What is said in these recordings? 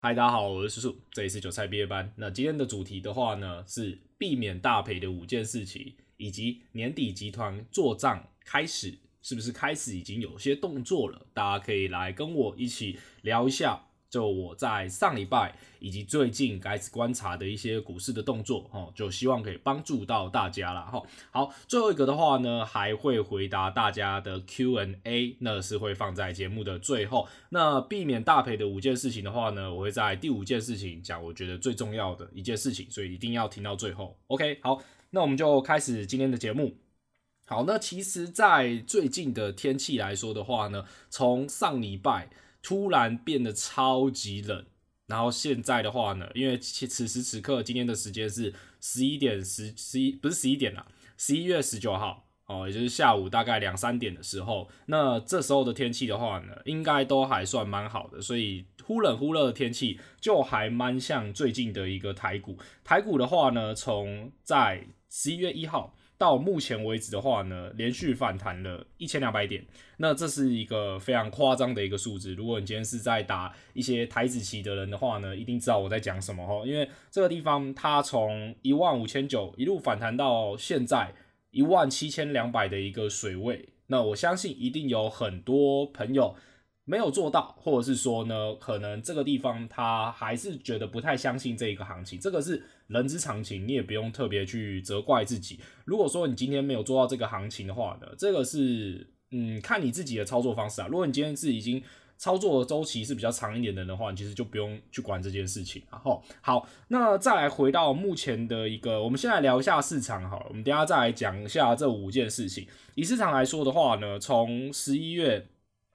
嗨，大家好，我是叔叔，这里是韭菜毕业班。那今天的主题的话呢，是避免大赔的5件事情，以及年底集团做账开始，是不是开始已经有些动作了？大家可以来跟我一起聊一下。就我在上礼拜以及最近开始观察的一些股市的动作，就希望可以帮助到大家啦。好，最后一个的话呢，还会回答大家的 Q&A， 那是会放在节目的最后。那避免大赔的5件事情的话呢，我会在第5件事情讲我觉得最重要的一件事情，所以一定要听到最后。OK， 好，那我们就开始今天的节目。好，那其实在最近的天气来说的话呢，从上礼拜突然变得超级冷，然后现在的话呢，因为此时此刻今天的时间是11点啦，11月19号也就是下午大概2、3点的时候，那这时候的天气的话呢，应该都还算蛮好的，所以忽冷忽热的天气就还蛮像最近的一个台股。台股的话呢，从在11月1号到目前为止的话呢，连续反弹了1200点，那这是一个非常夸张的一个数字。如果你今天是在打一些台指期的人的话呢，一定知道我在讲什么，因为这个地方它从15900一路反弹到现在17200的一个水位，那我相信一定有很多朋友没有做到，或者是说呢，可能这个地方他还是觉得不太相信这一个行情，这个是人之常情，你也不用特别去责怪自己。如果说你今天没有做到这个行情的话呢，这个是看你自己的操作方式啊。如果你今天是已经操作的周期是比较长一点的话，你其实就不用去管这件事情。好，那再来回到目前的一个，我们先来聊一下市场好了，我们等一下再来讲一下这5件事情。以市场来说的话呢，从11月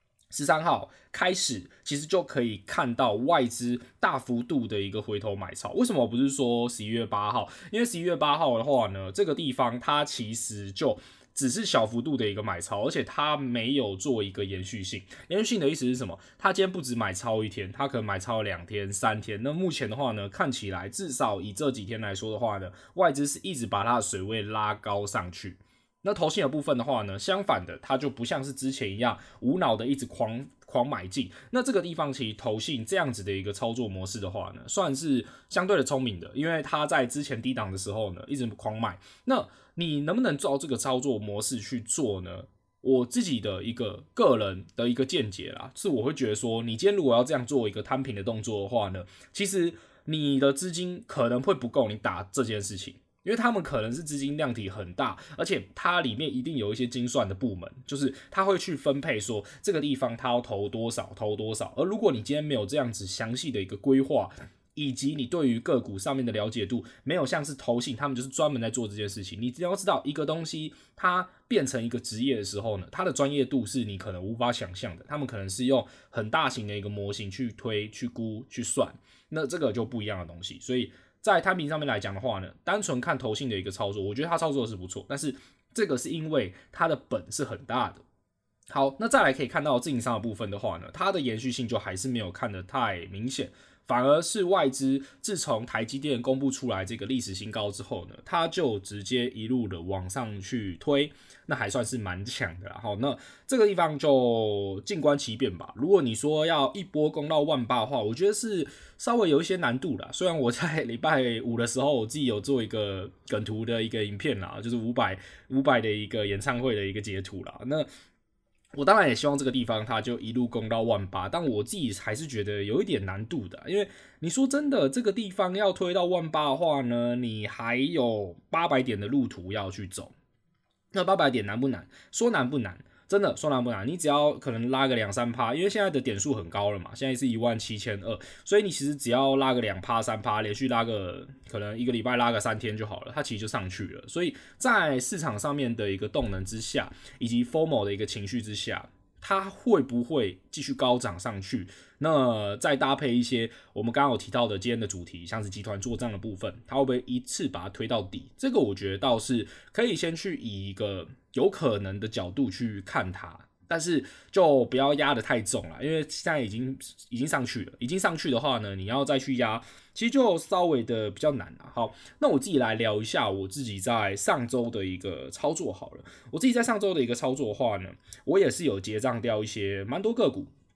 13号开始，其实就可以看到外资大幅度的一个回头买超。为什么我不是说11月8号？因为11月8号的话呢，这个地方它其实就只是小幅度的一个买超，而且它没有做一个延续性。延续性的意思是什么？它今天不止买超1天，它可能买超2天、3天。那目前的话呢，看起来至少以这几天来说的话呢，外资是一直把它的水位拉高上去。那投信的部分的话呢，相反的，它就不像是之前一样无脑的一直狂买进。那这个地方其实投信这样子的一个操作模式的话呢，算是相对的聪明的，因为它在之前低档的时候呢，一直狂买。那你能不能照这个操作模式去做呢？我自己的一个个人的一个见解啦，是我会觉得说，你今天如果要这样做一个摊平的动作的话呢，其实你的资金可能会不够你打这件事情。因为他们可能是资金量体很大，而且它里面一定有一些精算的部门，就是他会去分配说这个地方他要投多少。而如果你今天没有这样子详细的一个规划，以及你对于个股上面的了解度没有像是投信，他们就是专门在做这件事情。你只要知道一个东西它变成一个职业的时候呢，它的专业度是你可能无法想象的。他们可能是用很大型的一个模型去推、去估、去算，那这个就不一样的东西。所以在摊平上面来讲的话呢，单纯看投信的一个操作，我觉得他操作的是不错，但是这个是因为他的本是很大的。好，那再来可以看到自营商的部分的话呢，它的延续性就还是没有看得太明显，反而是外资自从台积电公布出来这个历史新高之后呢，它就直接一路的往上去推，那还算是蛮强的啦。好，那这个地方就静观其变吧。如果你说要一波攻到18000的话，我觉得是稍微有一些难度啦。虽然我在礼拜5的时候，我自己有做一个梗图的一个影片啦，就是500的一个演唱会的一个截图啦。那我当然也希望这个地方它就一路攻到18000，但我自己还是觉得有一点难度的，因为你说真的，这个地方要推到18000的话呢，你还有800点的路途要去走。那800点难不难？说难不难，真的说难不难，你只要可能拉个2-3%，因为现在的点数很高了嘛，现在是17200，所以你其实只要拉个2%-3%，连续拉个可能1个礼拜拉个3天就好了，它其实就上去了。所以在市场上面的一个动能之下，以及 FOMO 的一个情绪之下，它会不会继续高涨上去？那再搭配一些我们刚刚有提到的今天的主题，像是集团做账的部分，它会不会一次把它推到底？这个我觉得倒是可以先去以一个有可能的角度去看它，但是就不要压得太重了，因为现在已经上去了，已经上去的话呢，你要再去压，其实就稍微的比较难了。好，那我自己来聊一下我自己在上周的一个操作好了。我自己在上周的一个操作的话呢，我也是有结账掉一些蛮多个股。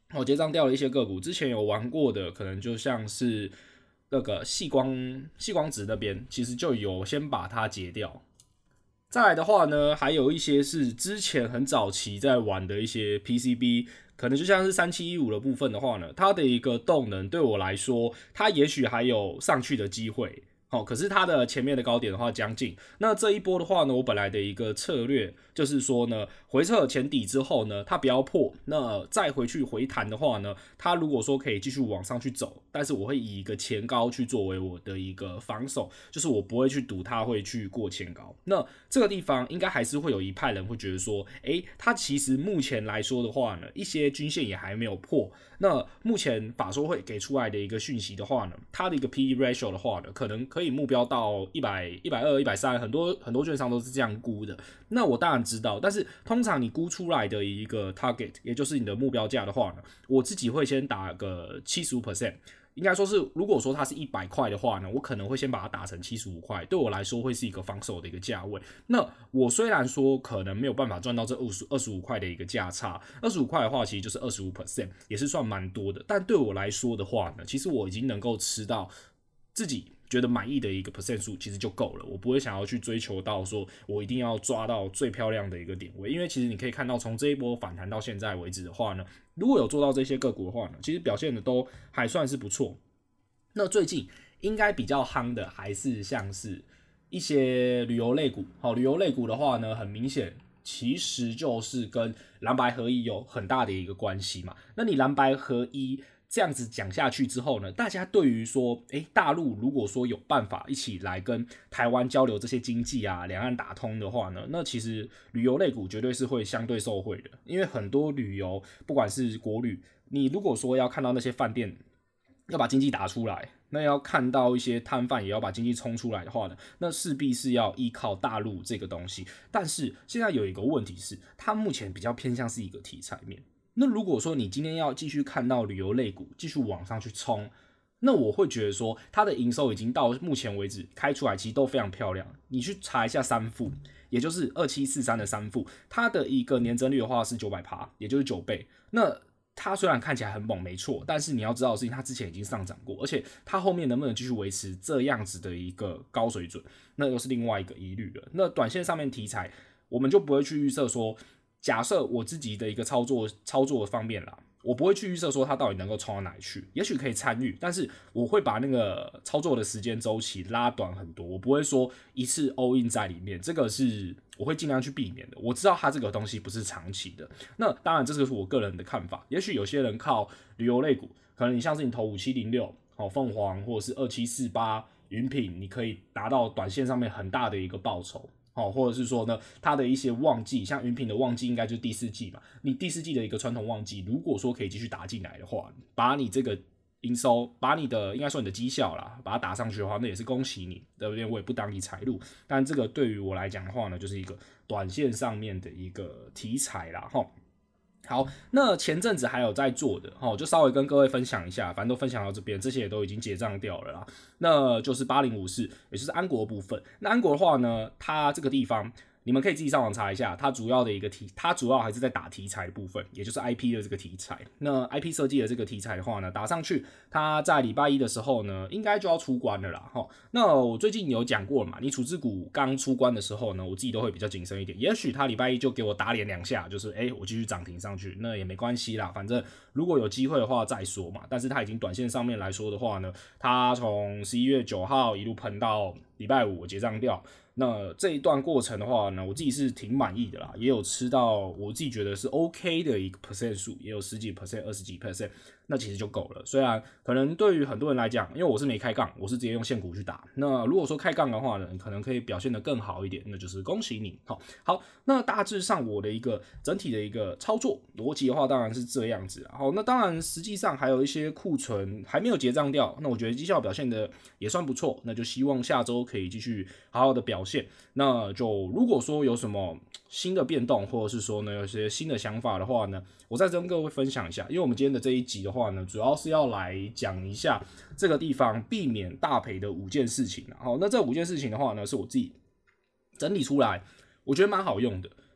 结账掉了一些个股，之前有玩过的，可能就像是那个细光子那边，其实就有先把它结掉。再来的话呢，还有一些是之前很早期在玩的一些 PCB， 可能就像是3715的部分的话呢，它的一个动能对我来说，它也许还有上去的机会。可是它的前面的高点的话将近，那这一波的话呢，我本来的一个策略就是说呢，回撤前底之后呢，它不要破，那再回去回弹的话呢，它如果说可以继续往上去走，但是我会以一个前高去作为我的一个防守，就是我不会去赌它会去过前高。那这个地方应该还是会有一派人会觉得说，它其实目前来说的话呢，一些均线也还没有破。那目前法说会给出来的一个讯息的话呢，它的一个 PE ratio 的话呢，可能可以目标到100、120、130，很多券商都是这样估的。那我当然知道，但是通常你估出来的一个 target， 也就是你的目标价的话呢，我自己会先打个 75%。应该说是，如果说它是100块的话呢，我可能会先把它打成75块，对我来说会是一个防守的一个价位。那我虽然说可能没有办法赚到这25块的一个价差，25块的话其实就是 25%， 也是算蛮多的。但对我来说的话呢，其实我已经能够吃到自己觉得满意的一个 percent 数，其实就够了。我不会想要去追求到说我一定要抓到最漂亮的一个点位，因为其实你可以看到，从这一波反弹到现在为止的话呢，如果有做到这些个股的话呢，其实表现的都还算是不错。那最近应该比较夯的还是像是一些旅游类股。旅游类股的话呢，很明显其实就是跟蓝白合一有很大的一个关系嘛。那你蓝白合一这样子讲下去之后呢，大家对于说，大陆如果说有办法一起来跟台湾交流这些经济啊，两岸打通的话呢，那其实旅游类股绝对是会相对受惠的，因为很多旅游，不管是国旅，你如果说要看到那些饭店要把经济打出来，那要看到一些摊贩也要把经济冲出来的话呢，那势必是要依靠大陆这个东西。但是现在有一个问题是，它目前比较偏向是一个题材面。那如果说你今天要继续看到旅游类股继续往上去冲，那我会觉得说它的营收已经到目前为止开出来其实都非常漂亮。你去查一下三富，也就是2743的三富，它的一个年增率的话是900%，也就是9倍。那它虽然看起来很猛，没错，但是你要知道的事情，它之前已经上涨过，而且它后面能不能继续维持这样子的一个高水准，那又是另外一个疑虑了。那短线上面题材，我们就不会去预测说，假设我自己的一个操作的方面啦，我不会去预测说它到底能够冲到哪里去，也许可以参与，但是我会把那个操作的时间周期拉短很多，我不会说一次 all in 在里面，这个是我会尽量去避免的。我知道它这个东西不是长期的，那当然这个是我个人的看法。也许有些人靠旅游类股，可能你像是你投5706、凤凰或者是2748、云品，你可以达到短线上面很大的一个报酬。或者是说呢，它的一些旺季，像云品的旺季应该就是第四季嘛，你第四季的一个传统旺季，如果说可以继续打进来的话，把你这个营收，把你的应该说你的绩效啦，把它打上去的话，那也是恭喜你，对不对？我也不当你财路，但这个对于我来讲的话呢，就是一个短线上面的一个题材啦，好，那前阵子还有在做的，就稍微跟各位分享一下，反正都分享到这边，这些也都已经结账掉了啦。那就是8054，也就是安国的部分。那安国的话呢，它这个地方你们可以自己上网查一下，它主要还是在打题材的部分，也就是 IP 的这个题材。那 IP 设计的这个题材的话呢，打上去，它在礼拜一的时候呢，应该就要出关了啦。那我最近有讲过了嘛，你处置股刚出关的时候呢，我自己都会比较谨慎一点。也许它礼拜一就给我打脸2下，就是我继续涨停上去，那也没关系啦，反正如果有机会的话再说嘛。但是它已经短线上面来说的话呢，它从11月9号一路喷到礼拜五结账掉。那这一段过程的话呢，我自己是挺满意的啦，也有吃到我自己觉得是 OK 的一个 percent 数，也有10几 percent、20几 percent， 那其实就够了。虽然可能对于很多人来讲，因为我是没开杠，我是直接用现股去打。那如果说开杠的话呢，可能可以表现得更好一点，那就是恭喜你。好，那大致上我的一个整体的一个操作逻辑的话，当然是这样子。好，那当然实际上还有一些库存还没有结账掉，那我觉得绩效表现的也算不错，那就希望下周可以继续好好的表现。那就如果说有什么新的变动，或者是说呢有些新的想法的话呢，我再跟各位分享一下。因为我们今天的这一集的话呢，主要是要来讲一下这个地方避免大赔的5件事情。好，那这5件事情的话呢，是我自己整理出来，我觉得蛮好用的。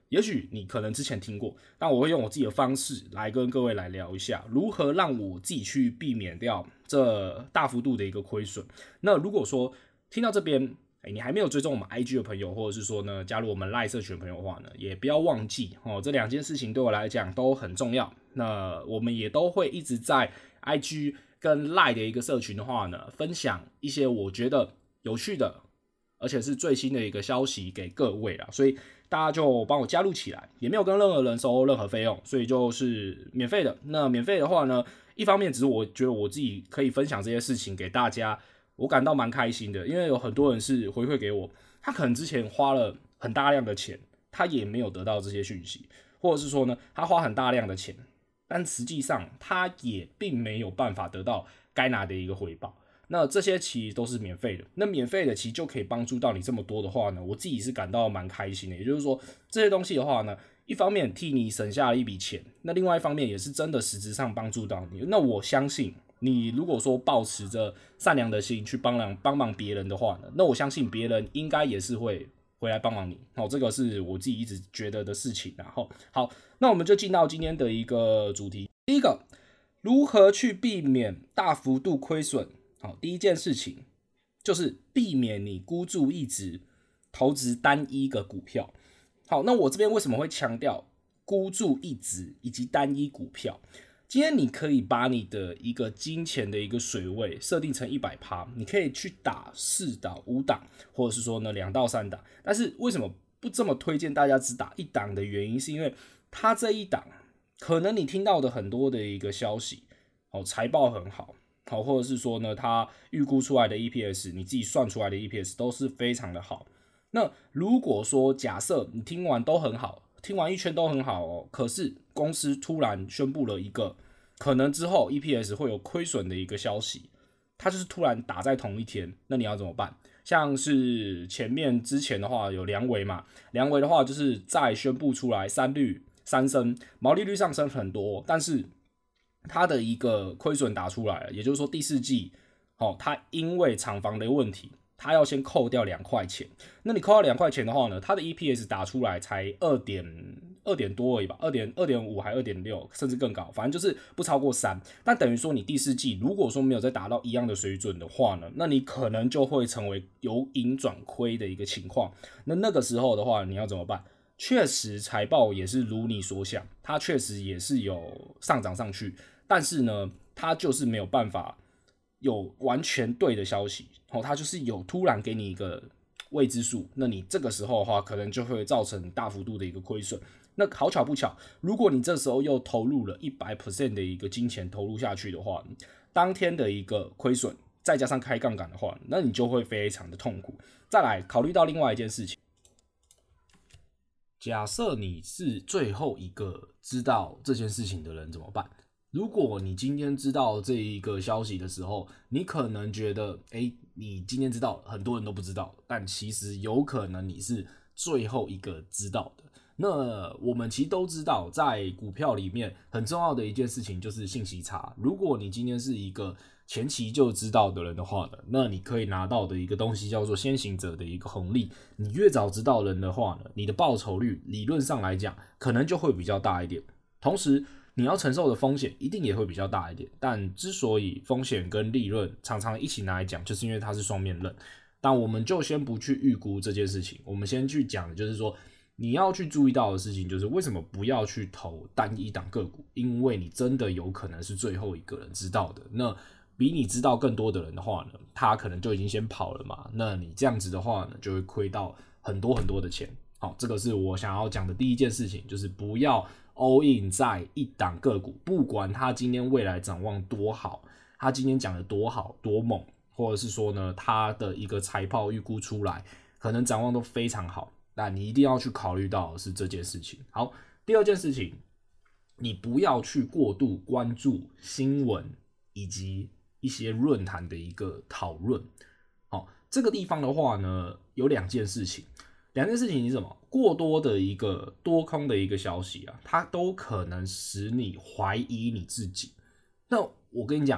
也许你可能之前听过，但我会用我自己的方式来跟各位来聊一下，如何让我自己去避免掉这大幅度的一个亏损。那如果说听到这边，你还没有追踪我们 IG 的朋友，或者是说呢加入我们 LINE 社群的朋友的话呢，也不要忘记这两件事情对我来讲都很重要。那我们也都会一直在 IG 跟 LINE 的一个社群的话呢，分享一些我觉得有趣的，而且是最新的一个消息给各位啦，所以大家就帮我加入起来，也没有跟任何人收任何费用，所以就是免费的。那免费的话呢，一方面只是我觉得我自己可以分享这些事情给大家，我感到蛮开心的，因为有很多人是回馈给我，他可能之前花了很大量的钱，他也没有得到这些讯息，或者是说呢，他花很大量的钱，但实际上他也并没有办法得到该拿的一个回报。那这些其实都是免费的，那免费的其实就可以帮助到你这么多的话呢，我自己是感到蛮开心的。也就是说，这些东西的话呢，一方面替你省下了一笔钱，那另外一方面也是真的实质上帮助到你。那我相信你如果说抱持着善良的心去帮忙别人的话呢，那我相信别人应该也是会回来帮忙你。这个是我自己一直觉得的事情。然后好，那我们就进到今天的一个主题。第一个，如何去避免大幅度亏损？好，第一件事情就是避免你孤注一掷投资单一个股票。好，那我这边为什么会强调孤注一掷以及单一股票？今天你可以把你的一个金钱的一个水位设定成 100%， 你可以去打4档、5档，或者是说呢2到3档。但是为什么不这么推荐大家只打1档的原因，是因为它这一档可能你听到的很多的一个消息，财报很好。好，或者是说呢，它预估出来的 EPS， 你自己算出来的 EPS 都是非常的好。那如果说假设你听完都很好，听完一圈都很好可是公司突然宣布了一个可能之后 EPS 会有亏损的一个消息，它就是突然打在同一天，那你要怎么办？像是之前的话有良微嘛，良微的话就是再宣布出来3率3升，毛利率上升很多，但是它的一个亏损打出来了，也就是说第4季，它因为厂房的问题，它要先扣掉2块钱。那你扣掉2块钱的话呢，它的 EPS 打出来才2点多而已吧，2.5还2.6，甚至更高，反正就是不超过3。但等于说你第4季如果说没有再达到一样的水准的话呢，那你可能就会成为由盈转亏的一个情况。那个时候的话，你要怎么办？确实财报也是如你所想，它确实也是有上涨上去，但是呢，它就是没有办法有完全对的消息，它就是有突然给你一个未知数，那你这个时候的话，可能就会造成大幅度的一个亏损。那好巧不巧，如果你这时候又投入了 100% 的一个金钱投入下去的话，当天的一个亏损，再加上开杠杆的话，那你就会非常的痛苦。再来考虑到另外一件事情。假设你是最后一个知道这件事情的人怎么办？如果你今天知道这一个消息的时候，你可能觉得，你今天知道很多人都不知道，但其实有可能你是最后一个知道的。那我们其实都知道，在股票里面很重要的一件事情就是信息差。如果你今天是一个前期就知道的人的话呢，那你可以拿到的一个东西叫做先行者的一个红利。你越早知道人的话呢，你的报酬率理论上来讲可能就会比较大一点，同时你要承受的风险一定也会比较大一点。但之所以风险跟利润常常一起拿来讲，就是因为它是双面刃。但我们就先不去预估这件事情，我们先去讲的就是说，你要去注意到的事情就是为什么不要去投单一档个股，因为你真的有可能是最后一个人知道的。那比你知道更多的人的话呢，他可能就已经先跑了嘛，那你这样子的话呢，就会亏到很多很多的钱。好，这个是我想要讲的第一件事情，就是不要 all in 在一档个股，不管他今天未来展望多好，他今天讲的多好多猛，或者是说呢，他的一个财报预估出来，可能展望都非常好，那你一定要去考虑到的是这件事情。好，第二件事情，你不要去过度关注新闻以及一些论坛的一个讨论。好，这个地方的话呢，有两件事情是什么？过多的一个多空的一个消息它都可能使你怀疑你自己。那我跟你讲，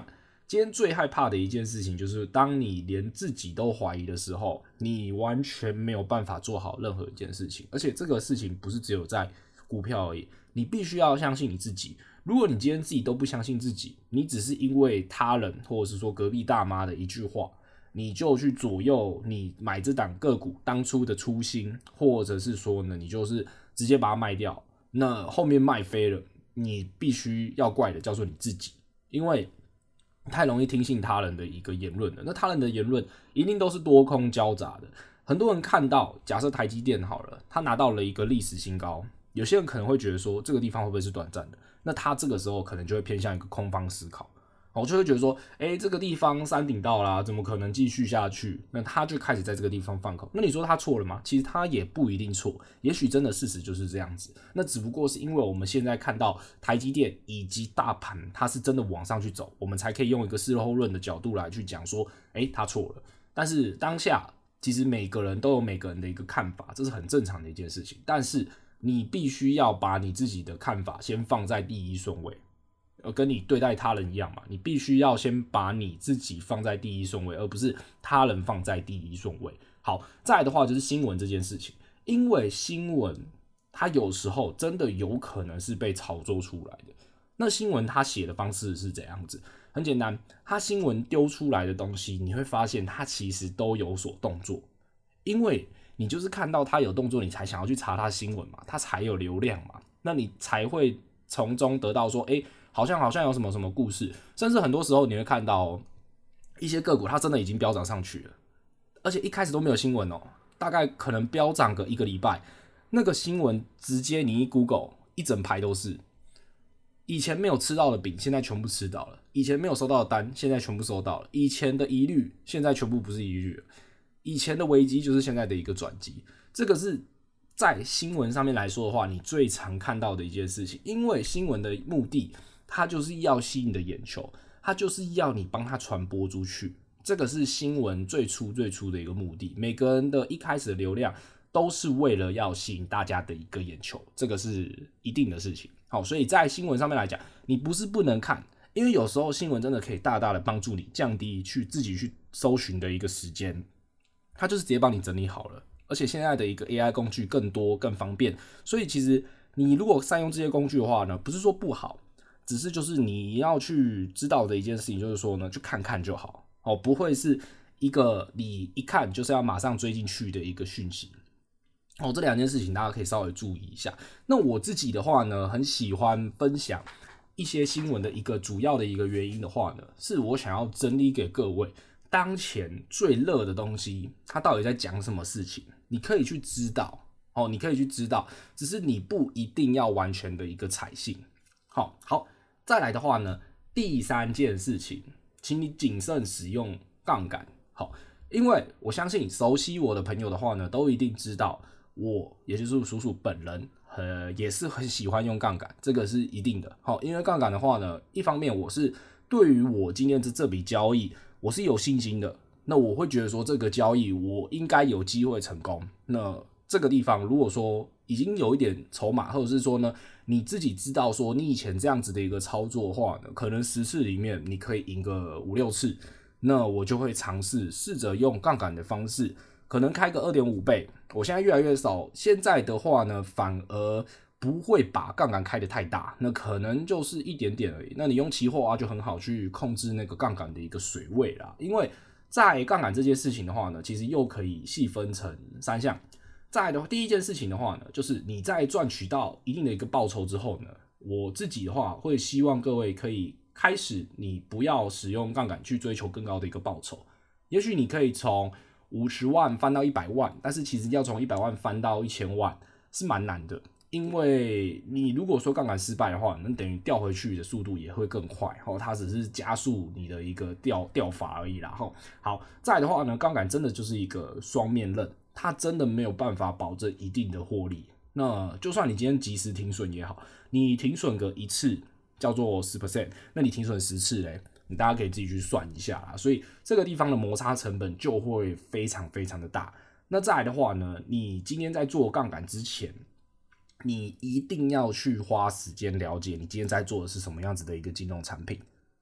今天最害怕的一件事情就是，当你连自己都怀疑的时候，你完全没有办法做好任何一件事情。而且这个事情不是只有在股票而已，你必须要相信你自己。如果你今天自己都不相信自己，你只是因为他人或者是说隔壁大妈的一句话，你就去左右你买这档个股当初的初心，或者是说呢，你就是直接把它卖掉，那后面卖飞了，你必须要怪的叫做你自己，因为太容易听信他人的一个言论了。那他人的言论一定都是多空交杂的。很多人看到，假设台积电好了，他拿到了一个历史新高，有些人可能会觉得说，这个地方会不会是短暂的？那他这个时候可能就会偏向一个空方思考。我就会觉得说，这个地方山顶到啦，怎么可能继续下去？那他就开始在这个地方放空。那你说他错了吗？其实他也不一定错，也许真的事实就是这样子。那只不过是因为我们现在看到台积电以及大盘，它是真的往上去走，我们才可以用一个事后论的角度来去讲说，他错了。但是当下其实每个人都有每个人的一个看法，这是很正常的一件事情。但是你必须要把你自己的看法先放在第一顺位。跟你对待他人一样嘛，你必须要先把你自己放在第一顺位，而不是他人放在第一顺位。好，再来的话就是新闻这件事情，因为新闻它有时候真的有可能是被炒作出来的。那新闻它写的方式是怎样子？很简单，它新闻丢出来的东西，你会发现它其实都有所动作，因为你就是看到它有动作，你才想要去查它新闻嘛，它才有流量嘛，那你才会从中得到说，好像有什么什么故事，甚至很多时候你会看到一些个股它真的已经飙涨上去了，而且一开始都没有新闻哦，大概可能飙涨个1个礼拜，那个新闻直接你一 Google 一整排都是，以前没有吃到的饼现在全部吃到了，以前没有收到的单现在全部收到了，以前的疑虑现在全部不是疑虑了，以前的危机就是现在的一个转机，这个是在新闻上面来说的话，你最常看到的一件事情，因为新闻的目的它就是要吸引你的眼球，它就是要你帮它传播出去，这个是新闻最初的一个目的。每个人的一开始的流量都是为了要吸引大家的一个眼球，这个是一定的事情。好，所以在新闻上面来讲，你不是不能看，因为有时候新闻真的可以大大的帮助你降低自己去搜寻的一个时间，它就是直接帮你整理好了。而且现在的一个 AI 工具更多更方便，所以其实你如果善用这些工具的话呢，不是说不好。只是就是你要去知道的一件事情，就是说呢，去看看就好，不会是一个你一看就是要马上追进去的一个讯息。这两件事情大家可以稍微注意一下。那我自己的话呢，很喜欢分享一些新闻的一个主要的一个原因的话呢，是我想要整理给各位当前最热的东西，它到底在讲什么事情，你可以去知道，你可以去知道，只是你不一定要完全的一个采信。好，再来的话呢，第三件事情，请你谨慎使用杠杆。好，因为我相信熟悉我的朋友的话呢，都一定知道我，也就是叔叔本人，也是很喜欢用杠杆，这个是一定的。好，因为杠杆的话呢，一方面我是对于我今天这笔交易，我是有信心的。那我会觉得说，这个交易我应该有机会成功。那这个地方如果说已经有一点筹码，或者是说呢，你自己知道说你以前这样子的一个操作的话呢，可能10次里面你可以赢个5-6次，那我就会试着用杠杆的方式，可能开个 2.5 倍。我现在越来越少，现在的话呢，反而不会把杠杆开得太大，那可能就是一点点而已。那你用期货就很好去控制那个杠杆的一个水位啦，因为在杠杆这件事情的话呢，其实又可以细分成3项。再来的话，第一件事情的话呢，就是你在赚取到一定的一个报酬之后呢，我自己的话会希望各位可以开始，你不要使用杠杆去追求更高的一个报酬。也许你可以从50万翻到100万，但是其实要从100万翻到1000万是蛮难的，因为你如果说杠杆失败的话，那等于调回去的速度也会更快，它只是加速你的一个调法而已啦。好，再来的话呢，杠杆真的就是一个双面刃。它真的没有办法保证一定的获利。那就算你今天及时停损也好，你停损个1次叫做 10%， 那你停损10次嘞，你大家可以自己去算一下啦。所以这个地方的摩擦成本就会非常非常的大。那再来的话呢，你今天在做杠杆之前，你一定要去花时间了解你今天在做的是什么样子的一个金融产品。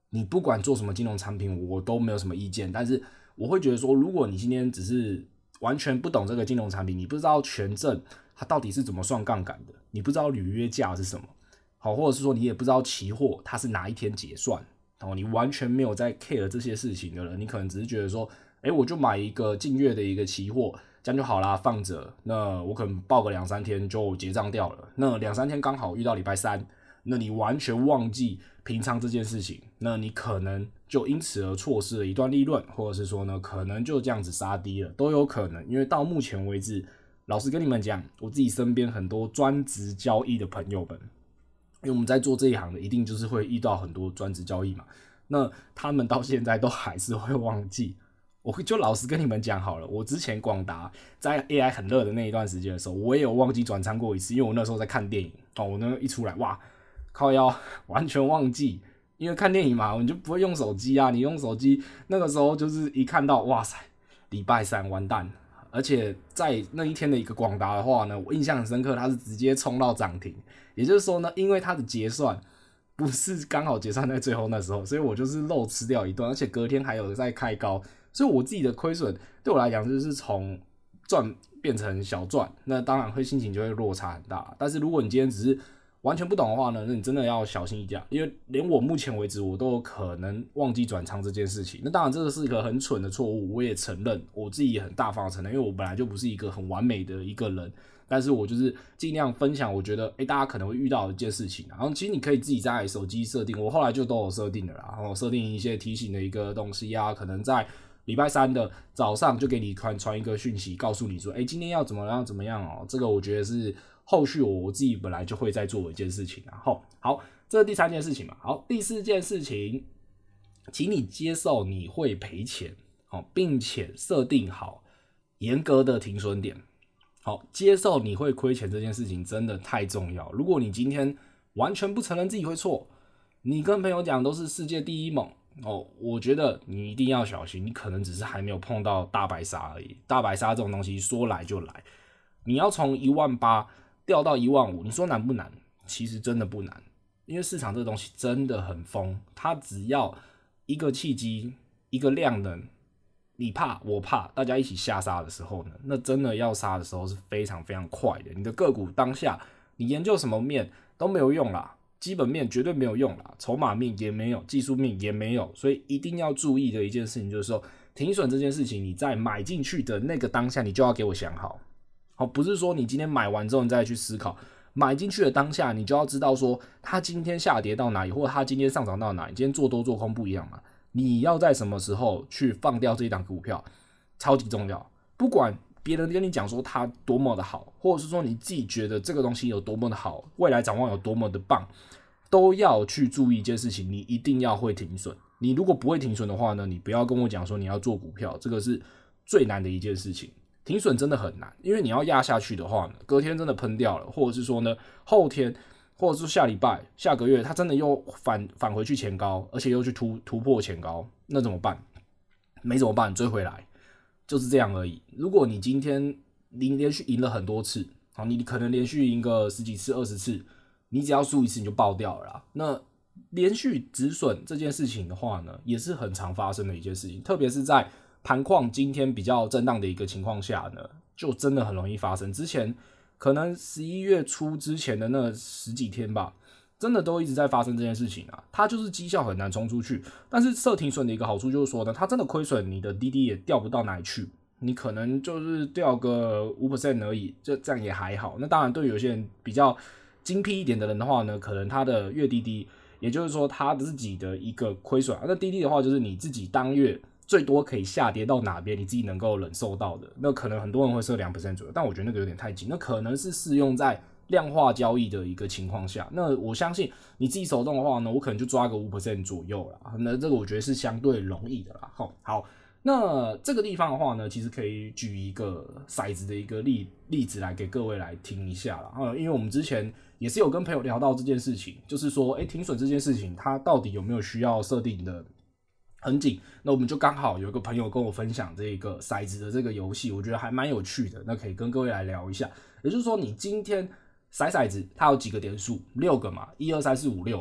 你不管做什么金融产品，我都没有什么意见。但是我会觉得说，如果你今天只是完全不懂这个金融产品，你不知道权证它到底是怎么算杠杆的，你不知道履约价是什么，好，或者是说你也不知道期货它是哪一天结算，你完全没有在 care 这些事情的人，你可能只是觉得说，我就买一个近月的一个期货，这样就好啦，放着。那我可能报个2-3天就结账掉了。那2-3天刚好遇到礼拜三，那你完全忘记平仓这件事情，那你可能就因此而错失了一段利润，或者是说呢，可能就这样子杀低了，都有可能。因为到目前为止，老实跟你们讲，我自己身边很多专职交易的朋友们，因为我们在做这一行的，一定就是会遇到很多专职交易嘛。那他们到现在都还是会忘记。我就老实跟你们讲好了，我之前广达在 AI 很热的那一段时间的时候，我也有忘记转仓过一次，因为我那时候在看电影我那一出来，哇，靠腰完全忘记，因为看电影嘛，你就不会用手机啊，你用手机那个时候就是一看到，哇塞，礼拜三完蛋，而且在那一天的一个广达的话呢，我印象很深刻，它是直接冲到涨停，也就是说呢，因为它的结算不是刚好结算在最后那时候，所以我就是漏吃掉一段，而且隔天还有在开高。所以我自己的亏损对我来讲就是从赚变成小赚，那当然会心情就会落差很大。但是如果你今天只是完全不懂的话呢，那你真的要小心一点，因为连我目前为止我都有可能忘记转仓这件事情。那当然这个是一个很蠢的错误，我也承认，我自己也很大方的承认，因为我本来就不是一个很完美的一个人。但是我就是尽量分享，我觉得大家可能会遇到的一件事情。然后其实你可以自己在手机设定，我后来就都有设定了啦，然后设定一些提醒的一个东西啊，可能在礼拜三的早上就给你传一个讯息，告诉你说，今天要怎么样哦。这个我觉得是后续我自己本来就会在做的一件事情。然后好，这是第3件事情嘛。好，第4件事情，请你接受你会赔钱，并且设定好严格的停损点。好，接受你会亏钱这件事情真的太重要。如果你今天完全不承认自己会错，你跟朋友讲都是世界第一猛。我觉得你一定要小心，你可能只是还没有碰到大白鲨而已。大白鲨这种东西说来就来，你要从18000掉到15000，你说难不难？其实真的不难，因为市场这个东西真的很疯，它只要一个契机，一个量能，你怕我怕，大家一起下杀的时候呢，那真的要杀的时候是非常非常快的。你的个股当下，你研究什么面都没有用啦。基本面绝对没有用啦，筹码面也没有，技术面也没有，所以一定要注意的一件事情就是说，停损这件事情，你在买进去的那个当下，你就要给我想好，不是说你今天买完之后你再去思考，买进去的当下，你就要知道说，它今天下跌到哪里，或者它今天上涨到哪里，今天做多做空不一样嘛，你要在什么时候去放掉这一档股票，超级重要，不管别人跟你讲说它多么的好，或者是说你自己觉得这个东西有多么的好，未来展望有多么的棒，都要去注意一件事情，你一定要会停损。你如果不会停损的话呢，你不要跟我讲说你要做股票，这个是最难的一件事情。停损真的很难，因为你要压下去的话呢，隔天真的喷掉了，或者是说呢后天，或者是下礼拜、下个月，它真的又返回去前高，而且又去突破前高，那怎么办？没怎么办，追回来。就是这样而已。如果你今天连续赢了很多次，好，你可能连续赢个10几次、20次，你只要输一次你就爆掉了啦。那连续止损这件事情的话呢，也是很常发生的一件事情，特别是在盘况今天比较震荡的一个情况下呢，就真的很容易发生。之前可能11月初之前的那10几天吧，真的都一直在发生这件事情啊，它就是绩效很难冲出去。但是设停损的一个好处就是说呢，它真的亏损，你的滴滴也掉不到哪里去，你可能就是掉个 5% 而已，这样也还好。那当然对有些人比较精辟一点的人的话呢，可能他的月滴滴，也就是说他自己的一个亏损，那滴滴的话就是你自己当月最多可以下跌到哪边，你自己能够忍受到的，那可能很多人会设 2% 左右，但我觉得那个有点太紧，那可能是适用在量化交易的一个情况下，那我相信你自己手动的话呢，我可能就抓个 5% 左右啦，那这个我觉得是相对容易的啦。好，那这个地方的话呢，其实可以举一个骰子的一个例子来给各位来听一下啦，因为我们之前也是有跟朋友聊到这件事情，就是说停损这件事情它到底有没有需要设定的很紧，那我们就刚好有一个朋友跟我分享这个骰子的这个游戏，我觉得还蛮有趣的，那可以跟各位来聊一下。也就是说，你今天骰骰子它有几个点数？6个嘛，1、2、3、4、5、6嘛。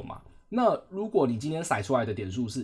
那如果你今天骰出来的点数是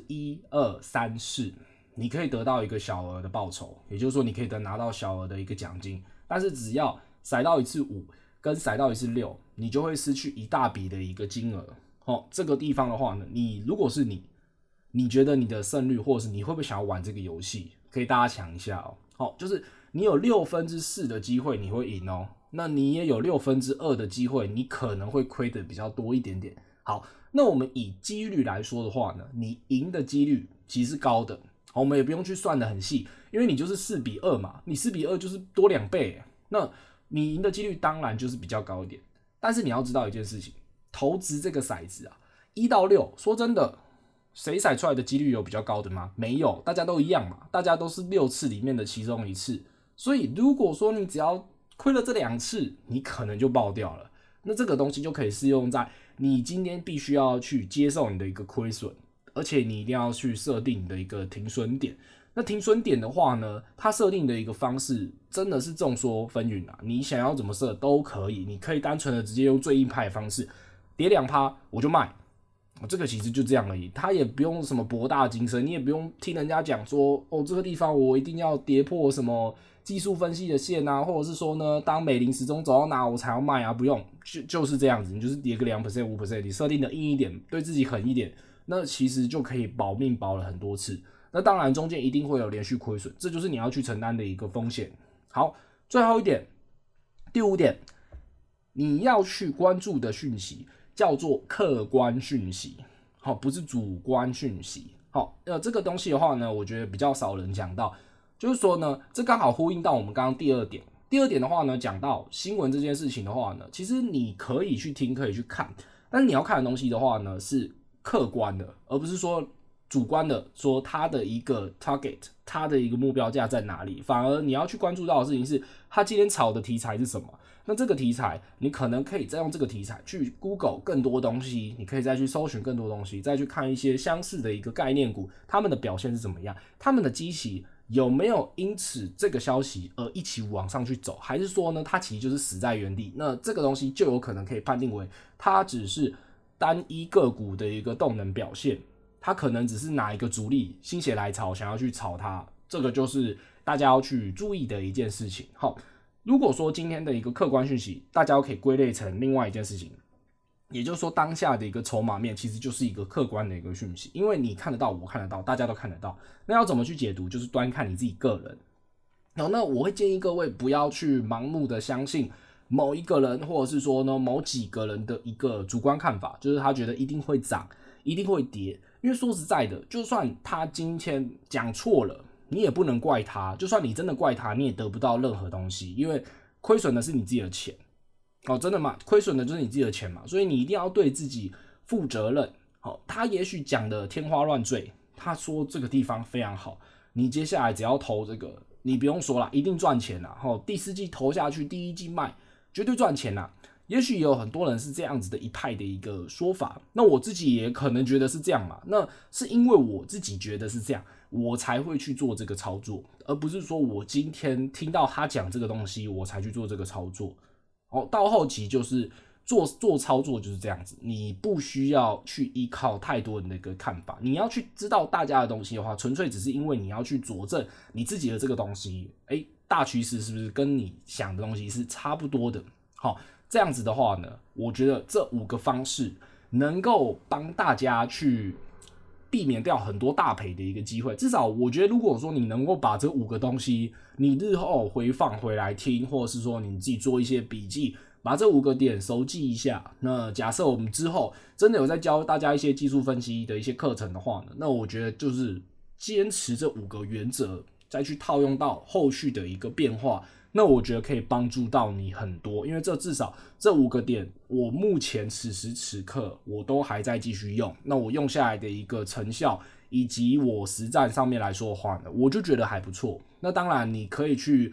1、2、3、4，你可以得到一个小额的报酬，也就是说你可以拿到小额的一个奖金。但是只要骰到一次5跟骰到一次6，你就会失去一大笔的一个金额。这个地方的话呢，如果是你觉得你的胜率，或者是你会不会想要玩这个游戏，可以大家想一下就是你有4/6的机会你会赢那你也有2/6的机会，你可能会亏的比较多一点点。好，那我们以几率来说的话呢，你赢的几率其实是高的。我们也不用去算得很细，因为你就是4:2嘛，你4:2就是多2倍，那你赢的几率当然就是比较高一点。但是你要知道一件事情，投掷这个骰子1到6，说真的，谁骰出来的几率有比较高的吗？没有，大家都一样嘛，大家都是6次里面的其中1次。所以如果说你只要亏了这2次，你可能就爆掉了。那这个东西就可以适用在你今天必须要去接受你的一个亏损，而且你一定要去设定你的一个停损点。那停损点的话呢，它设定的一个方式真的是众说纷纭你想要怎么设都可以，你可以单纯的直接用最硬派的方式，跌2%我就卖。这个其实就这样而已，他也不用什么博大精深，你也不用听人家讲说这个地方我一定要跌破什么技术分析的线或者是说呢，当美林时钟走到哪我才要卖不用，就是这样子，你就是跌个2% 5%，你设定的硬一点，对自己狠一点，那其实就可以保命保了很多次。那当然中间一定会有连续亏损，这就是你要去承担的一个风险。好，最后一点，第5点，你要去关注的讯息叫做客观讯息，不是主观讯息。这个东西的话呢，我觉得比较少人讲到，就是说呢，这刚好呼应到我们刚刚第2点。第2点的话呢，讲到新闻这件事情的话呢，其实你可以去听，可以去看，但是你要看的东西的话呢，是客观的，而不是说主观的，说它的一个 target， 它的一个目标价在哪里，反而你要去关注到的事情是，它今天炒的题材是什么。那这个题材，你可能可以再用这个题材去 Google 更多东西，你可以再去搜寻更多东西，再去看一些相似的一个概念股，他们的表现是怎么样，他们的基期有没有因此这个消息而一起往上去走，还是说呢，它其实就是死在原地？那这个东西就有可能可以判定为它只是单一个股的一个动能表现，它可能只是哪一个主力心血来潮想要去炒它，这个就是大家要去注意的一件事情。好。如果说今天的一个客观讯息，大家可以归类成另外一件事情，也就是说当下的一个筹码面其实就是一个客观的一个讯息，因为你看得到，我看得到，大家都看得到。那要怎么去解读，就是端看你自己个人。那我会建议各位不要去盲目的相信某一个人，或者是说呢某几个人的一个主观看法，就是他觉得一定会涨，一定会跌。因为说实在的，就算他今天讲错了，你也不能怪他，就算你真的怪他，你也得不到任何东西，因为亏损的是你自己的钱。真的吗？亏损的就是你自己的钱嘛，所以你一定要对自己负责任。他也许讲的天花乱坠，他说这个地方非常好，你接下来只要投这个，你不用说啦，一定赚钱啦。第4季投下去，第1季卖，绝对赚钱啦。也许也有很多人是这样子的一派的一个说法，那我自己也可能觉得是这样嘛，那是因为我自己觉得是这样，我才会去做这个操作，而不是说我今天听到他讲这个东西我才去做这个操作。到后期就是做操作就是这样子，你不需要去依靠太多人的一个看法，你要去知道大家的东西的话，纯粹只是因为你要去佐证你自己的这个东西，大趋势是不是跟你想的东西是差不多的。这样子的话呢，我觉得这5个方式能够帮大家去避免掉很多大赔的一个机会。至少我觉得，如果说你能够把这5个东西，你日后回放回来听，或者是说你自己做一些笔记，把这5个点熟记一下。那假设我们之后真的有在教大家一些技术分析的一些课程的话呢，那我觉得就是坚持这5个原则，再去套用到后续的一个变化。那我觉得可以帮助到你很多，因为至少这5个点，我目前此时此刻我都还在继续用。那我用下来的一个成效，以及我实战上面来说的话呢，我就觉得还不错。那当然你可以去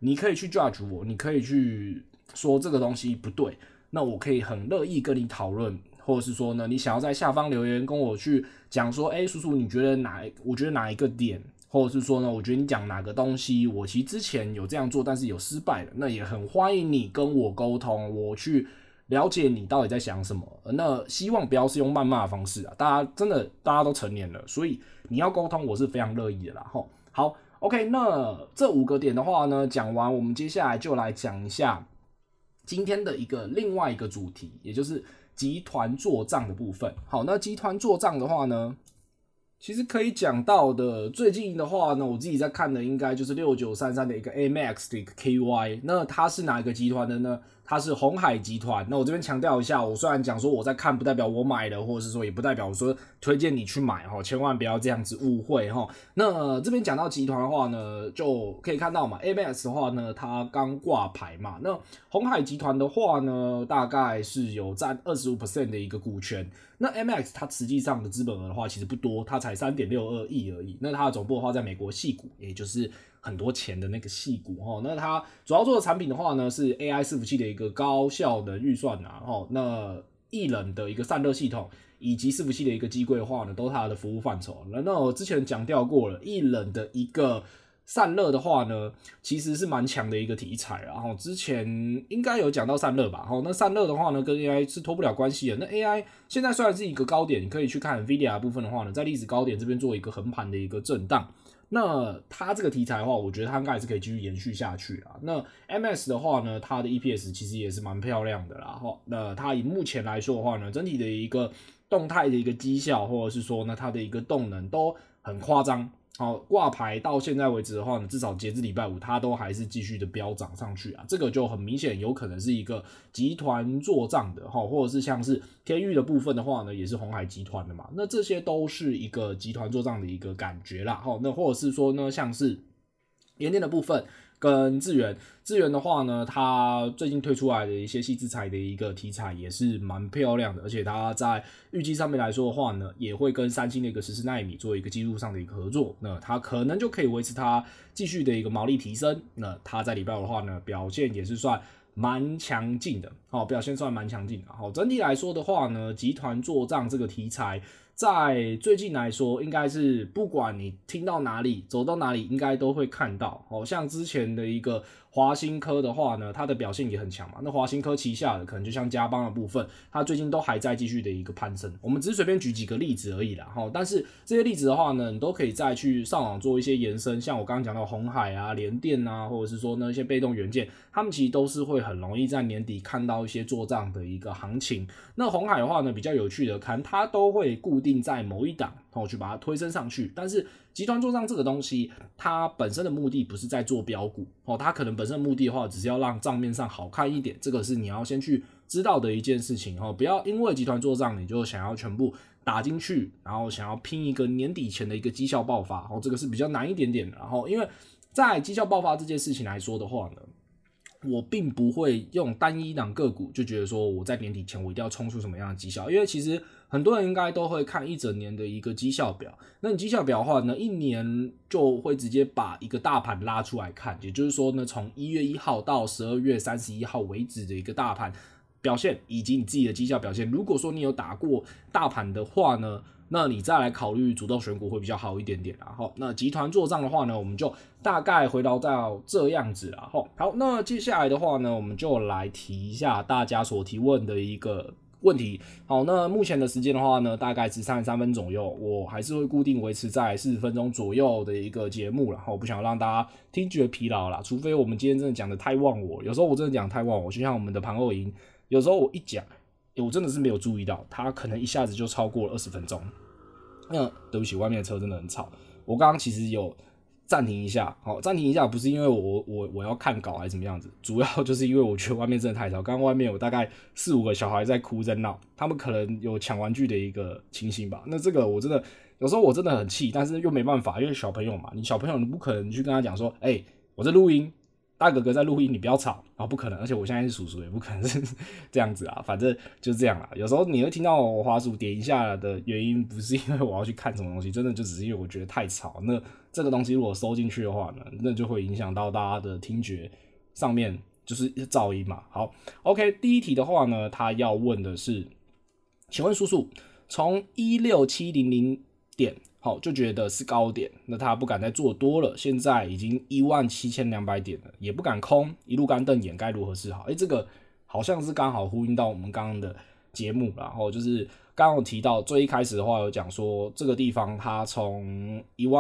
judge 我，你可以去说这个东西不对，那我可以很乐意跟你讨论，或者是说呢，你想要在下方留言跟我去讲说，叔叔你觉得我觉得哪一个点，或者是说呢，我觉得你讲哪个东西，我其实之前有这样做，但是有失败了，那也很欢迎你跟我沟通，我去了解你到底在想什么。那希望不要是用谩骂的方式啊，大家都成年了，所以你要沟通，我是非常乐意的啦。好 ，OK， 那这5个点的话呢，讲完，我们接下来就来讲一下今天的另外一个主题，也就是集团做账的部分。好，那集团做账的话呢，其实可以讲到的，最近的话呢，我自己在看的应该就是6933的一个 AMAX 的一个 KY， 那它是哪一个集团的呢？它是鸿海集团。那我这边强调一下，我虽然讲说我在看，不代表我买了，或者是说也不代表我说推荐你去买哈，千万不要这样子误会哈。那这边讲到集团的话呢，就可以看到嘛 ，AMAX 的话呢，它刚挂牌嘛，那鸿海集团的话呢，大概是有占 25% 的一个股权。那 AMAX 它实际上的资本额的话，其实不多，它才3.62亿而已。那它的总部的话，在美国矽谷，也就是很多钱的那个矽谷哈。那它主要做的产品的话呢，是 AI 伺服器的一个高效的预算啊，那液冷的一个散热系统，以及伺服器的一个机柜化呢，都是它的服务范畴。那我之前讲掉过了，液冷的一个散热的话呢，其实是蛮强的一个题材，然后之前应该有讲到散热吧，那散热的话呢，跟 AI 是脱不了关系的。那 AI 现在虽然是一个高点，你可以去看 NVIDIA 的部分的话呢，在历史高点这边做一个横盘的一个震荡。那它这个题材的话，我觉得它应该还是可以继续延续下去啦。那 MS 的话呢，它的 EPS 其实也是蛮漂亮的啦。那它以目前来说的话呢，整体的一个动态的一个绩效，或者是说呢，它的一个动能都很夸张。好，挂牌到现在为止的话呢，至少截至礼拜5，它都还是继续的飙涨上去啊。这个就很明显有可能是一个集团做账的，或者是像是天钰的部分的话呢，也是鸿海集团的嘛。那这些都是一个集团做账的一个感觉啦。那或者是说呢，像是联电的部分跟智源的话呢，它最近推出来的一些矽智财的一个题材也是蛮漂亮的，而且它在预计上面来说的话呢，也会跟三星的一个14奈米做一个技术上的一个合作，那它可能就可以维持它继续的一个毛利提升。那它在礼拜5的话呢，表现也是算蛮强劲的，表现算蛮强劲的。整体来说的话呢，集团做账这个题材在最近来说，应该是不管你听到哪里，走到哪里，应该都会看到。像之前的一个华新科的话呢，它的表现也很强嘛。那华新科旗下的可能就像嘉邦的部分，它最近都还在继续的一个攀升。我们只是随便举几个例子而已啦。但是这些例子的话呢，你都可以再去上网做一些延伸。像我刚刚讲到鸿海啊、联电啊，或者是说呢一些被动元件，他们其实都是会很容易在年底看到一些做账的一个行情。那鸿海的话呢，比较有趣的看，它都会固定在某一档去把它推升上去。但是集团做账这个东西，它本身的目的不是在做标股，它可能本身的目的的话，只是要让账面上好看一点，这个是你要先去知道的一件事情。不要因为集团做账你就想要全部打进去，然后想要拼一个年底前的一个绩效爆发，这个是比较难一点点的。然后因为在绩效爆发这件事情来说的话呢，我并不会用单一档个股就觉得说我在年底前我一定要冲出什么样的绩效，因为其实很多人应该都会看一整年的一个绩效表。那你绩效表的话呢，一年就会直接把一个大盘拉出来看，也就是说呢，从1月1号到12月31号为止的一个大盘表现，以及你自己的绩效表现。如果说你有打过大盘的话呢，那你再来考虑主动选股会比较好一点点啦。那集团做账的话呢，我们就大概回到这样子啦。好，那接下来的话呢，我们就来提一下大家所提问的一个问题。好，那目前的时间的话呢，大概是33分左右，我还是会固定维持在40分钟左右的一个节目啦。我不想让大家听觉疲劳啦，除非我们今天真的讲的太忘我，有时候我真的讲太忘我，就像我们的盘后营，有时候我一讲我真的是没有注意到，它可能一下子就超过了20分钟。那对不起，外面的车真的很吵。我刚刚其实有暂停一下，暂停一下不是因为我要看稿还是怎么样子，主要就是因为我觉得外面真的太吵。刚刚外面有大概4-5个小孩在哭在闹，他们可能有抢玩具的一个情形吧。那这个我真的有时候我真的很气，但是又没办法，因为小朋友嘛，你小朋友你不可能去跟他讲说，我在录音。大哥哥在录音，你不要吵，不可能，而且我现在是叔叔，也不可能是这样子啊，反正就是这样啦。有时候你会听到我滑鼠点一下的原因，不是因为我要去看什么东西，真的就只是因为我觉得太吵。那这个东西如果收进去的话呢，那就会影响到大家的听觉上面，就是噪音嘛。好 ，OK， 第一题的话呢，他要问的是，请问叔叔，从16700点。就觉得是高点，那他不敢再做多了，现在已经17200点了，也不敢空，一路干瞪眼，该如何是好？这个好像是刚好呼应到我们刚刚的节目，然后就是刚刚有提到最一开始的话有讲说这个地方它从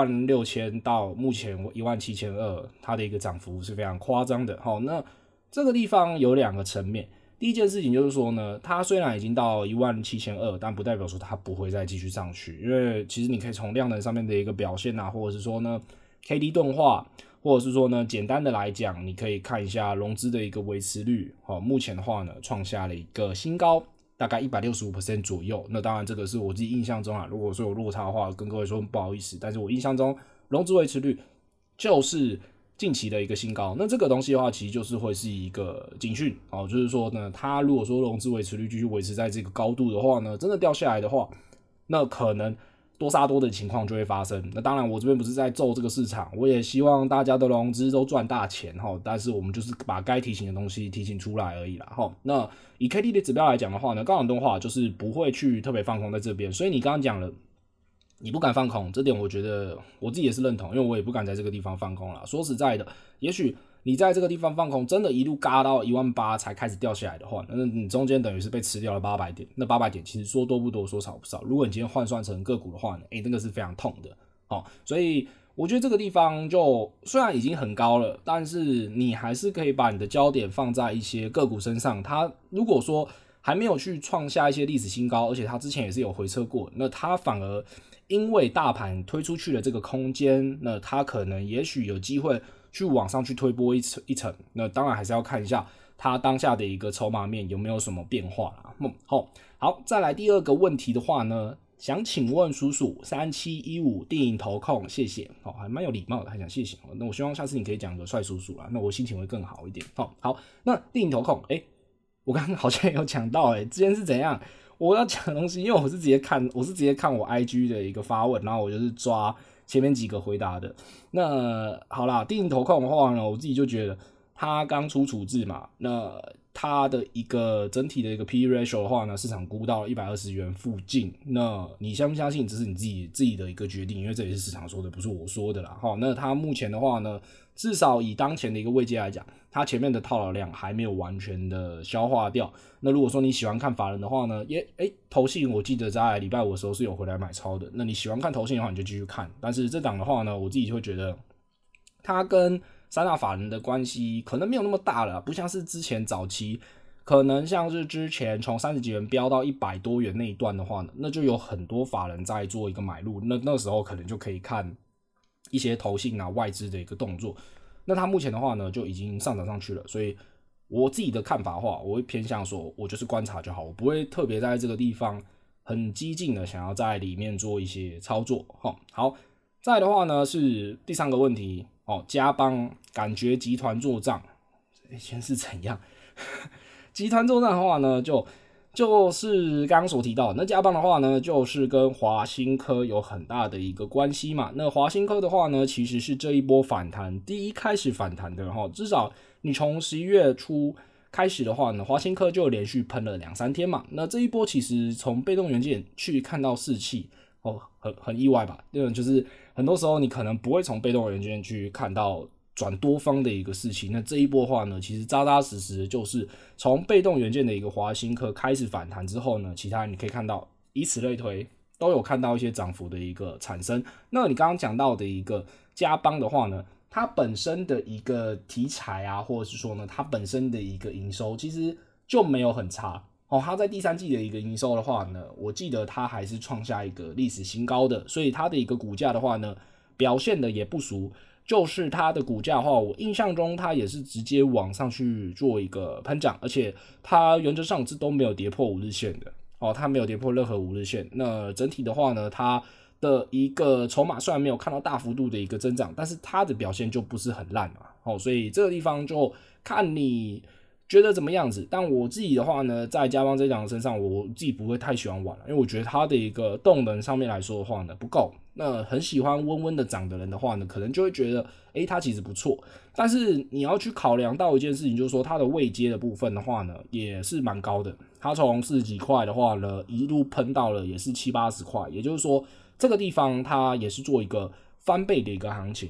16000到目前17200，它的一个涨幅是非常夸张的。好，那这个地方有2个层面。第一件事情就是说呢，它虽然已经到17200，但不代表说它不会再继续上去，因为其实你可以从量能上面的一个表现啊，或者是说呢 KD 钝化，或者是说呢简单的来讲，你可以看一下融资的一个维持率，目前的话呢创下了一个新高，大概165% 左右。那当然这个是我自己印象中啊，如果说有落差的话，跟各位说不好意思，但是我印象中融资维持率就是近期的一个新高。那这个东西的话其实就是会是一个警讯，就是说呢它如果说融资维持率继续维持在这个高度的话呢，真的掉下来的话，那可能多杀多的情况就会发生。那当然我这边不是在咒这个市场，我也希望大家的融资都赚大钱，但是我们就是把该提醒的东西提醒出来而已啦。那以 KD 的指标来讲的话呢，高档钝化就是不会去特别放空在这边，所以你刚刚讲了你不敢放空，这点我觉得我自己也是认同，因为我也不敢在这个地方放空啦。说实在的，也许你在这个地方放空，真的一路嘎到18000才开始掉下来的话，那你中间等于是被吃掉了800点。那800点其实说多不多，说少不少。如果你今天换算成个股的话呢，那个是非常痛的。所以我觉得这个地方就虽然已经很高了，但是你还是可以把你的焦点放在一些个股身上。它如果说还没有去创下一些历史新高，而且它之前也是有回撤过，那它反而因为大盘推出去的这个空间，那它可能也许有机会去往上去推波一层。那当然还是要看一下它当下的一个筹码面有没有什么变化啦。好，再来第二个问题的话呢，想请问叔叔3715定盈投控，谢谢。还蛮有礼貌的，还想谢谢。那我希望下次你可以讲个帅叔叔啦，那我心情会更好一点。好，那定盈投控，我刚刚好像有讲到，之前是怎样？我要讲的东西，因为我是直接看我 IG 的一个发问，然后我就是抓前面几个回答的。那好啦，定盈投控的话呢，我自己就觉得它刚出处置嘛，那它的一个整体的一个 PE ratio 的话呢，市场估到了120元附近。那你相不相信，这是你自己的一个决定，因为这也是市场说的，不是我说的啦。那它目前的话呢，至少以当前的一个位阶来讲，它前面的套牢量还没有完全的消化掉。那如果说你喜欢看法人的话呢，投信我记得在礼拜五的时候是有回来买超的。那你喜欢看投信的话，你就继续看。但是这档的话呢，我自己会觉得它跟三大法人的关系可能没有那么大了，不像是之前早期，可能像是之前从30几元飙到100多元那一段的话呢，那就有很多法人在做一个买入，那时候可能就可以看一些投信啊外资的一个动作。那它目前的话呢，就已经上涨上去了，所以我自己的看法的话，我会偏向说，我就是观察就好，我不会特别在这个地方很激进的想要在里面做一些操作。好，再来的话呢是第3个问题，嘉邦感觉集团做账，先是怎样？集团做账的话呢，就是刚刚所提到的，那嘉邦的话呢，就是跟华新科有很大的一个关系嘛。那华新科的话呢，其实是这一波反弹第一开始反弹的，至少你从11月初开始的话呢，华新科就连续喷了2-3天嘛。那这一波其实从被动元件去看到士气，很意外吧？就是很多时候你可能不会从被动元件去看到转多方的一个事情。那这一波的话呢，其实扎扎实实就是从被动元件的一个华新科开始反弹之后呢，其他你可以看到以此类推都有看到一些涨幅的一个产生。那你刚刚讲到的一个嘉邦的话呢，它本身的一个题材啊，或者是说呢它本身的一个营收其实就没有很差。它在第3季的一个营收的话呢，我记得它还是创下一个历史新高的，所以它的一个股价的话呢，表现的也不俗。就是它的股价的话，我印象中它也是直接往上去做一个喷涨，而且它原则上是都没有跌破5日线的它没有跌破任何5日线。那整体的话呢，它的一个筹码虽然没有看到大幅度的一个增长，但是它的表现就不是很烂嘛所以这个地方就看你觉得怎么样子。但我自己的话呢，在嘉邦这档身上，我自己不会太喜欢玩了，因为我觉得它的一个动能上面来说的话呢不够。那很喜欢温温的涨的人的话呢，可能就会觉得它其实不错。但是你要去考量到一件事情，就是说它的位阶的部分的话呢，也是蛮高的。它从40几块的话呢，一路喷到了也是70-80块，也就是说这个地方它也是做一个翻倍的一个行情。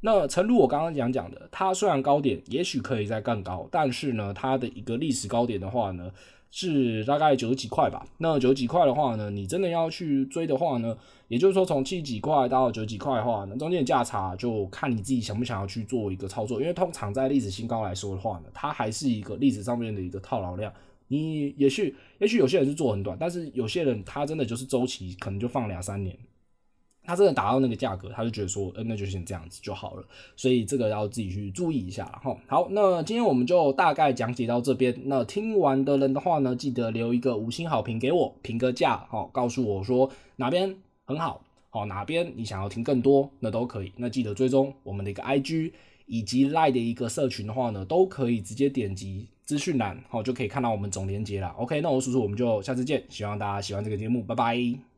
那诚如我刚刚讲的，它虽然高点也许可以再更高，但是呢，它的一个历史高点的话呢，是大概90几块吧。那90几块的话呢，你真的要去追的话呢，也就是说从70几块到90几块的话呢，中间的价差就看你自己想不想要去做一个操作。因为通常在历史新高来说的话呢，它还是一个历史上面的一个套牢量。你也许有些人是做很短，但是有些人他真的就是周期可能就放2-3年。他真的达到那个价格，他就觉得说，那就先这样子就好了，所以这个要自己去注意一下啦。好，那今天我们就大概讲解到这边。那听完的人的话呢，记得留一个5星好评给我，评个价，告诉我说哪边很好，哪边你想要听更多，那都可以。那记得追踪我们的一个 IG 以及 LINE 的一个社群的话呢，都可以直接点击资讯栏，就可以看到我们总连结啦。OK， 那我是叔叔，我们就下次见，希望大家喜欢这个节目，拜拜。